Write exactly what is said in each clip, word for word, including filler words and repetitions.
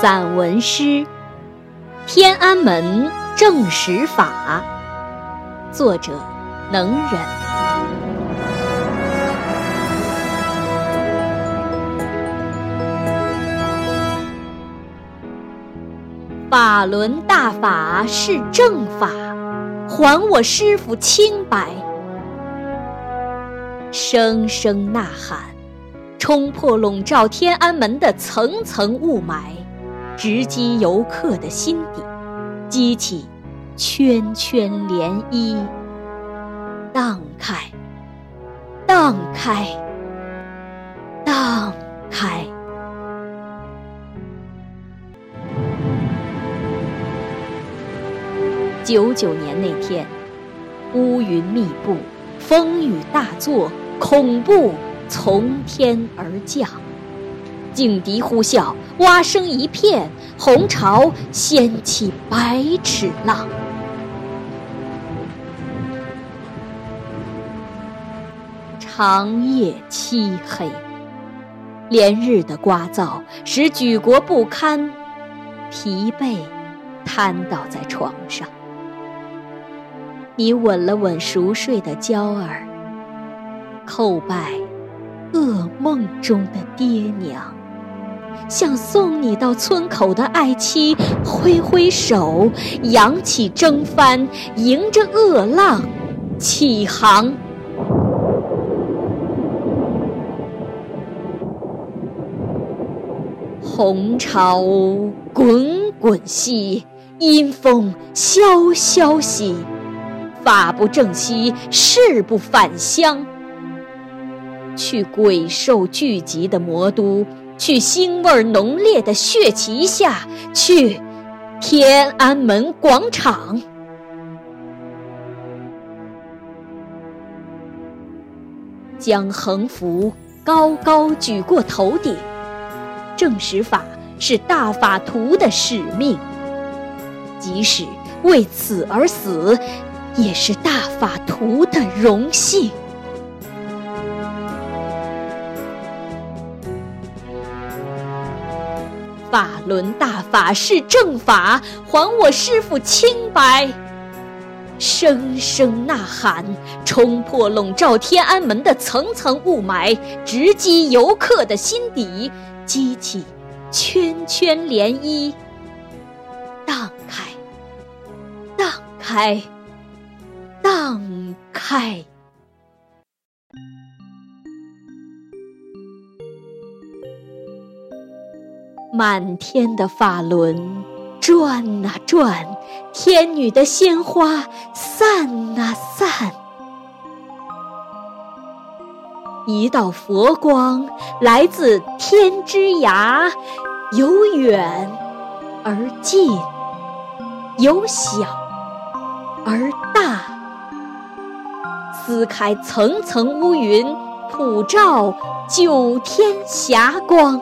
散文诗《天安门正史法》，作者能忍。法轮大法是正法，还我师父清白。声声呐喊，冲破笼罩天安门的层层雾霾，直击游客的心底，激起圈圈涟漪，荡开，荡开，荡开。九九年那天，乌云密布，风雨大作，恐怖从天而降，警笛呼啸，蛙声一片，红潮掀起百尺浪。长夜漆黑，连日的聒噪使举国不堪，疲惫瘫倒在床上。你吻了吻熟睡的娇儿，叩拜噩梦中的爹娘，向送你到村口的爱妻挥挥手，扬起征帆，迎着恶浪起航。红潮滚滚兮，阴风萧萧兮，法不正兮，誓不返乡。去鬼兽聚集的魔都，去腥味浓烈的血旗下，去天安门广场。将横幅高高举过头顶，正史法是大法图的使命，即使为此而死，也是大法图的荣幸。法轮大法是正法，还我师父清白。声声呐喊，冲破笼罩天安门的层层雾霾，直击游客的心底，激起圈圈涟漪，荡开，荡开，荡开。满天的法轮转啊转，天女的鲜花散啊散。一道佛光来自天之涯，由远而近，由小而大，撕开层层乌云，普照九天霞光。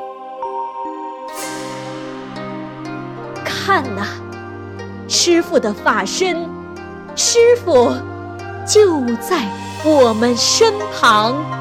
看哪，师父的法身，师父就在我们身旁。